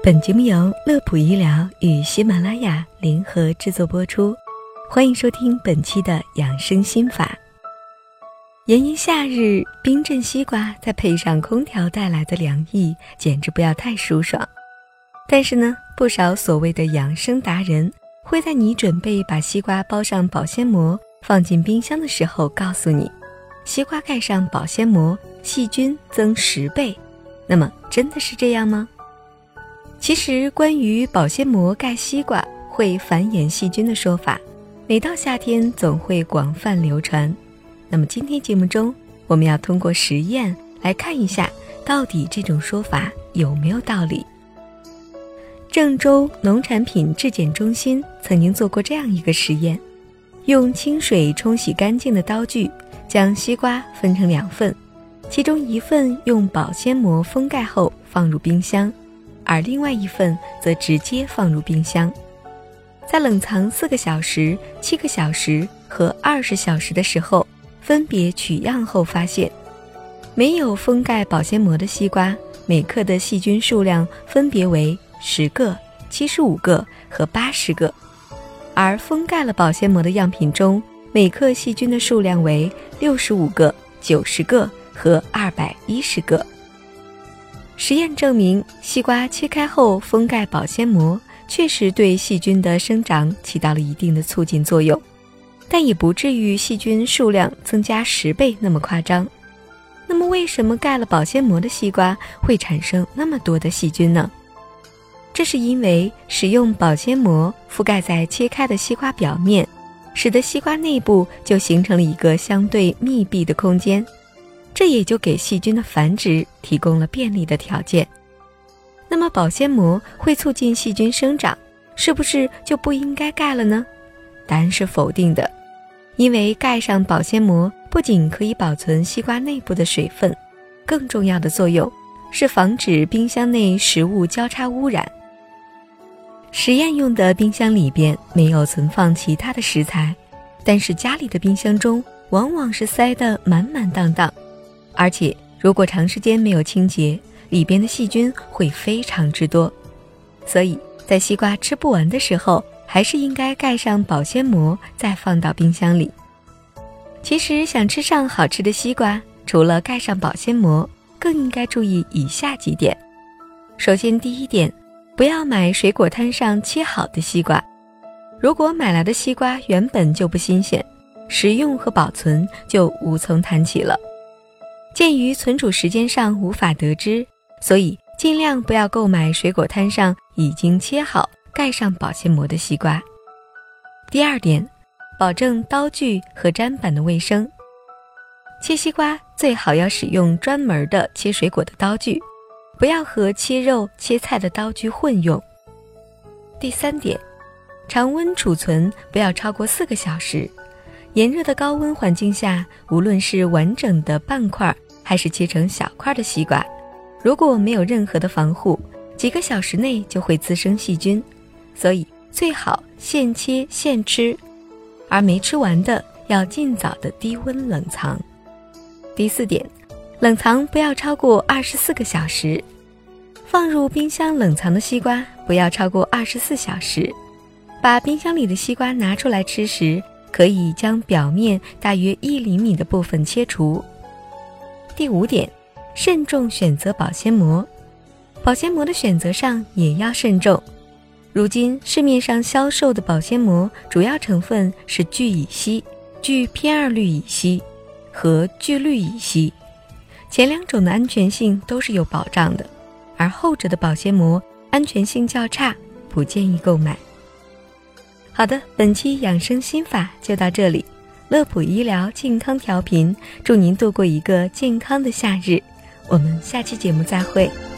本节目由乐普医疗与喜马拉雅联合制作播出，欢迎收听本期的养生心法。炎炎夏日，冰镇西瓜再配上空调带来的凉意，简直不要太舒爽。但是呢，不少所谓的养生达人会在你准备把西瓜包上保鲜膜放进冰箱的时候告诉你，西瓜盖上保鲜膜，细菌增10倍。那么真的是这样吗？其实关于保鲜膜盖西瓜会繁衍细菌的说法，每到夏天总会广泛流传。那么今天节目中，我们要通过实验来看一下，到底这种说法有没有道理。郑州农产品质检中心曾经做过这样一个实验，用清水冲洗干净的刀具将西瓜分成2份，其中1份用保鲜膜封盖后放入冰箱，而另外1份则直接放入冰箱。在冷藏4个小时、7个小时和20小时的时候，分别取样后发现，没有封盖保鲜膜的西瓜，每克的细菌数量分别为10个、75个和80个，而封盖了保鲜膜的样品中，每克细菌的数量为65个、90个和210个。实验证明，西瓜切开后封盖保鲜膜确实对细菌的生长起到了一定的促进作用，但也不至于细菌数量增加10倍那么夸张。那么为什么盖了保鲜膜的西瓜会产生那么多的细菌呢？这是因为使用保鲜膜覆盖在切开的西瓜表面，使得西瓜内部就形成了一个相对密闭的空间，这也就给细菌的繁殖提供了便利的条件。那么保鲜膜会促进细菌生长，是不是就不应该盖了呢？答案是否定的，因为盖上保鲜膜不仅可以保存西瓜内部的水分，更重要的作用是防止冰箱内食物交叉污染。实验用的冰箱里边没有存放其他的食材，但是家里的冰箱中往往是塞得满满当当，而且如果长时间没有清洁，里边的细菌会非常之多。所以在西瓜吃不完的时候，还是应该盖上保鲜膜再放到冰箱里。其实想吃上好吃的西瓜，除了盖上保鲜膜，更应该注意以下几点。首先第一点，不要买水果摊上切好的西瓜。如果买来的西瓜原本就不新鲜，食用和保存就无从谈起了。鉴于存储时间上无法得知，所以尽量不要购买水果摊上已经切好盖上保鲜膜的西瓜。第二点，保证刀具和砧板的卫生。切西瓜最好要使用专门的切水果的刀具，不要和切肉切菜的刀具混用。第三点，常温储存不要超过4个小时。炎热的高温环境下，无论是完整的半块还是切成小块的西瓜，如果没有任何的防护，几个小时内就会滋生细菌，所以最好现切现吃，而没吃完的要尽早的低温冷藏。第四点，冷藏不要超过24个小时。放入冰箱冷藏的西瓜不要超过24小时。把冰箱里的西瓜拿出来吃时，可以将表面大约1厘米的部分切除。第5点，慎重选择保鲜膜。保鲜膜的选择上也要慎重。如今市面上销售的保鲜膜主要成分是聚乙烯、聚偏2氯乙烯和聚氯乙烯，前2种的安全性都是有保障的，而后者的保鲜膜安全性较差，不建议购买。好的，本期养生心法就到这里。乐普医疗健康调频，祝您度过一个健康的夏日。我们下期节目再会。